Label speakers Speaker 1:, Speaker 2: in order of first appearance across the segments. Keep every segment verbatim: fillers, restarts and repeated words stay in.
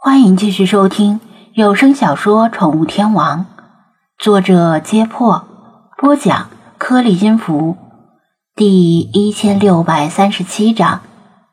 Speaker 1: 欢迎继续收听有声小说《宠物天王》，作者揭破，播讲颗粒音符，第一千六百三十七章。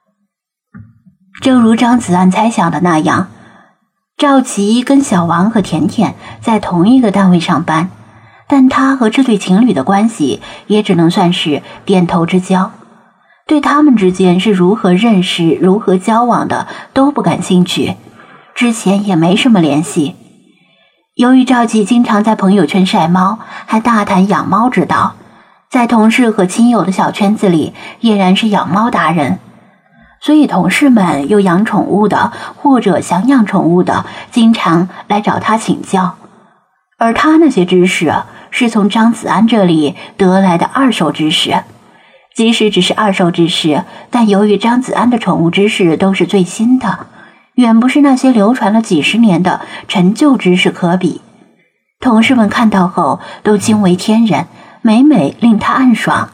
Speaker 1: 正如张子安猜想的那样，赵琪跟小王和甜甜在同一个单位上班，但他和这对情侣的关系也只能算是点头之交，对他们之间是如何认识、如何交往的都不感兴趣，之前也没什么联系。由于赵琪经常在朋友圈晒猫，还大谈养猫之道，在同事和亲友的小圈子里俨然是养猫达人，所以同事们有养宠物的或者想养宠物的经常来找他请教，而他那些知识是从张子安这里得来的二手知识。即使只是二手知识，但由于张子安的宠物知识都是最新的，远不是那些流传了几十年的陈旧知识可比。同事们看到后都惊为天人，每每令他暗爽。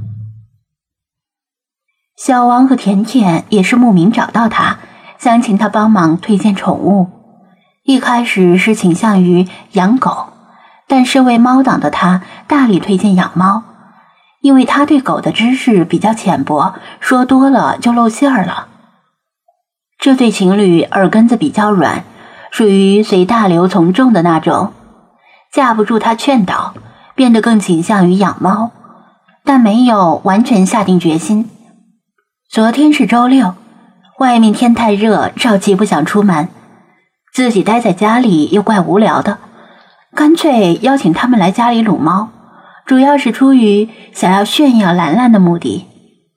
Speaker 1: 小王和甜甜也是慕名找到他，想请他帮忙推荐宠物。一开始是倾向于养狗，但身为猫党的他大力推荐养猫，因为他对狗的知识比较浅薄，说多了就露馅儿了。这对情侣耳根子比较软，属于随大流从众的那种，架不住他劝导，变得更倾向于养猫，但没有完全下定决心。昨天是周六，外面天太热，赵琪不想出门，自己待在家里又怪无聊的，干脆邀请他们来家里撸猫，主要是出于想要炫耀兰兰的目的。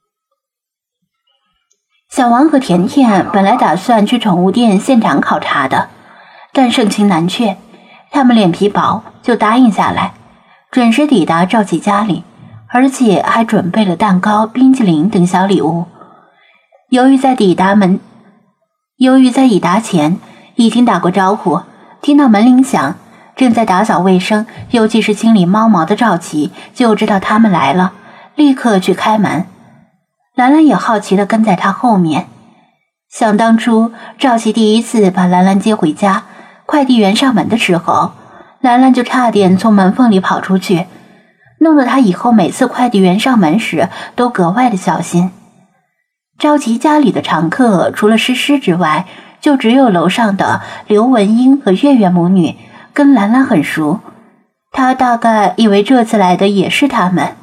Speaker 1: 小王和甜甜本来打算去宠物店现场考察的，但盛情难却，他们脸皮薄，就答应下来，准时抵达赵琪家里，而且还准备了蛋糕、冰淇淋等小礼物。由于在抵达门，由于在抵达前已经打过招呼，听到门铃响，正在打扫卫生，尤其是清理猫毛的赵琪就知道他们来了，立刻去开门。兰兰也好奇地跟在他后面。想当初赵琪第一次把兰兰接回家，快递员上门的时候，兰兰就差点从门缝里跑出去，弄得他以后每次快递员上门时都格外的小心。赵琪家里的常客除了诗诗之外，就只有楼上的刘文英和月月母女跟兰兰很熟，他大概以为这次来的也是他们。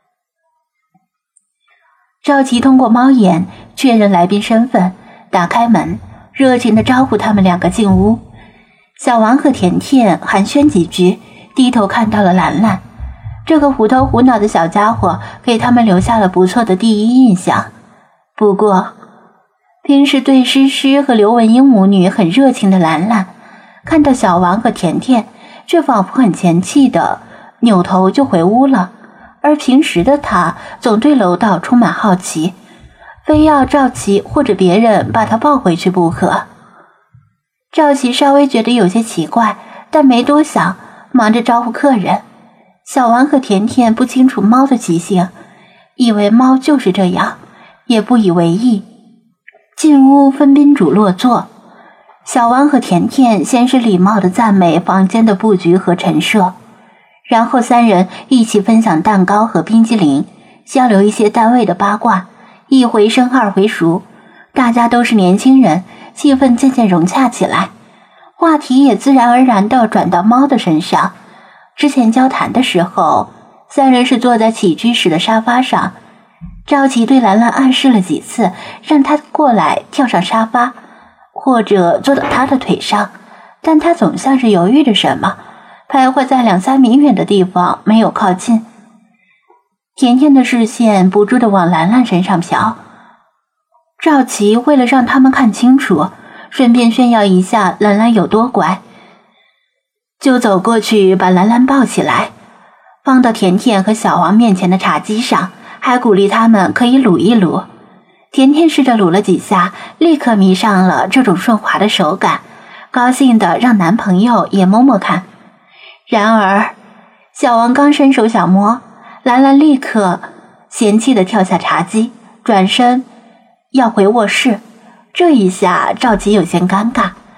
Speaker 1: 赵琪通过猫眼确认来宾身份，打开门，热情地招呼他们两个进屋。小王和甜甜寒暄几句，低头看到了兰兰，这个虎头虎脑的小家伙给他们留下了不错的第一印象。不过平时对诗诗和刘文英母女很热情的兰兰，看到小王和甜甜却仿佛很嫌弃的扭头就回屋了，而平时的他总对楼道充满好奇，非要赵琪或者别人把他抱回去不可。赵琪稍微觉得有些奇怪，但没多想，忙着招呼客人。小王和甜甜不清楚猫的习性，以为猫就是这样，也不以为意。进屋分宾主落座，小王和甜甜先是礼貌地赞美房间的布局和陈设，然后三人一起分享蛋糕和冰激凌，交流一些单位的八卦，一回生二回熟，大家都是年轻人，气氛渐渐融洽起来，话题也自然而然地转到猫的身上。之前交谈的时候，三人是坐在起居室的沙发上，赵琪对兰兰暗示了几次，让她过来跳上沙发，或者坐到她的腿上，但她总像是犹豫着什么，徘徊在两三米远的地方，没有靠近。甜甜的视线不住地往兰兰身上瞟，赵琪为了让他们看清楚，顺便炫耀一下兰兰有多乖，就走过去把兰兰抱起来，放到甜甜和小王面前的茶几上，还鼓励他们可以撸一撸。甜甜试着撸了几下，立刻迷上了这种顺滑的手感，高兴地让男朋友也摸摸看。然而小王刚伸手想摸，兰兰立刻嫌弃地跳下茶几，转身要回卧室。这一下赵琪有些尴尬，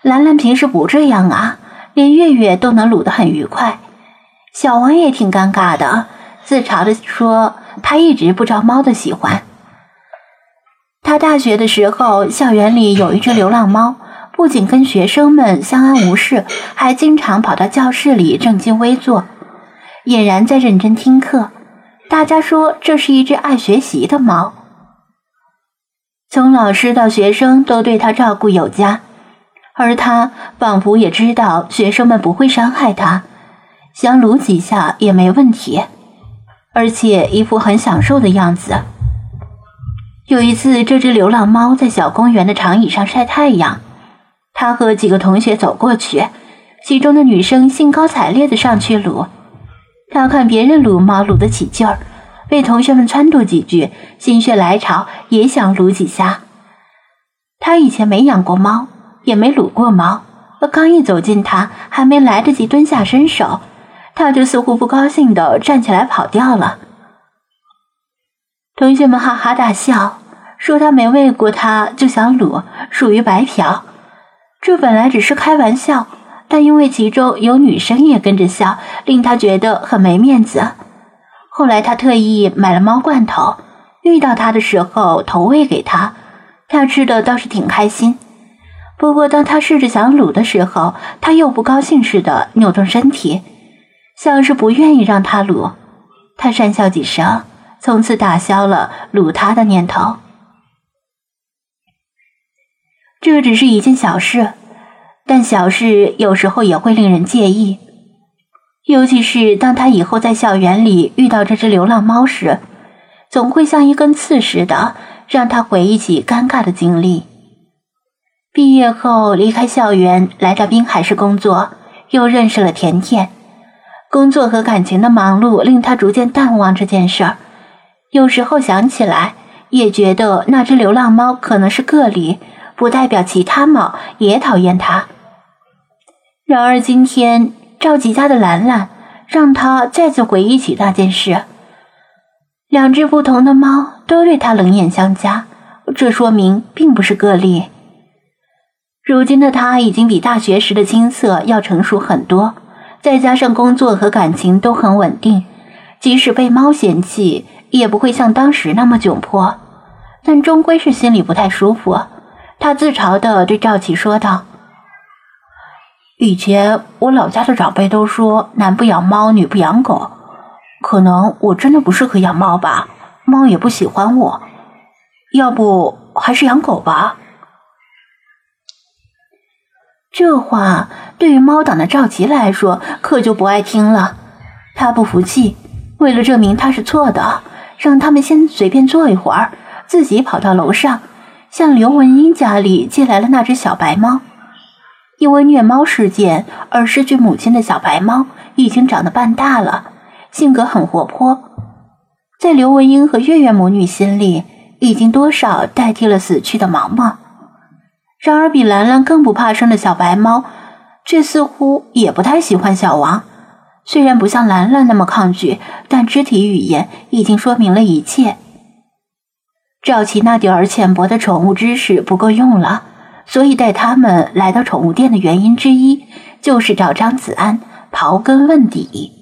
Speaker 1: 兰兰平时不这样啊，连月月都能撸得很愉快。小王也挺尴尬的，自嘲地说他一直不招猫的喜欢。他大学的时候，校园里有一只流浪猫，不仅跟学生们相安无事，还经常跑到教室里正襟危坐，俨然在认真听课。大家说这是一只爱学习的猫。从老师到学生都对他照顾有加，而他仿佛也知道学生们不会伤害他，想撸几下也没问题，而且一副很享受的样子。有一次，这只流浪猫在小公园的长椅上晒太阳，他和几个同学走过去，其中的女生兴高采烈地上去撸。他看别人撸猫撸得起劲儿，被同学们撺掇几句，心血来潮也想撸几下。他以前没养过猫，也没撸过猫，刚一走近它，还没来得及蹲下伸手，他就似乎不高兴地站起来跑掉了。同学们哈哈大笑，说他没喂过它就想撸，属于白嫖。这本来只是开玩笑，但因为其中有女生也跟着笑，令他觉得很没面子。后来他特意买了猫罐头，遇到它的时候投喂给它，它吃的倒是挺开心。不过当他试着想撸的时候，他又不高兴似的扭动身体，像是不愿意让他撸。他讪笑几声，从此打消了撸他的念头。这只是一件小事，但小事有时候也会令人介意，尤其是当他以后在校园里遇到这只流浪猫时，总会像一根刺似的让他回忆起尴尬的经历。毕业后离开校园来到滨海市工作，又认识了甜甜。工作和感情的忙碌令他逐渐淡忘这件事儿，有时候想起来也觉得那只流浪猫可能是个例，不代表其他猫也讨厌它。然而今天赵吉家的兰兰让他再次回忆起那件事，两只不同的猫都对他冷眼相加，这说明并不是个例。如今的他已经比大学时的青涩要成熟很多，再加上工作和感情都很稳定，即使被猫嫌弃也不会像当时那么窘迫，但终归是心里不太舒服。他自嘲地对赵琪说道：以前我老家的长辈都说男不养猫女不养狗，可能我真的不适合养猫吧，猫也不喜欢我，要不还是养狗吧。这话对于猫党的赵琪来说可就不爱听了，他不服气，为了证明他是错的，让他们先随便坐一会儿，自己跑到楼上向刘文英家里借来了那只小白猫。因为虐猫事件而失去母亲的小白猫已经长得半大了，性格很活泼，在刘文英和月月母女心里已经多少代替了死去的毛毛。然而比兰兰更不怕生的小白猫却似乎也不太喜欢小王，虽然不像兰兰那么抗拒，但肢体语言已经说明了一切。赵琪那点儿浅薄的宠物知识不够用了，所以带他们来到宠物店的原因之一就是找张子安刨根问底。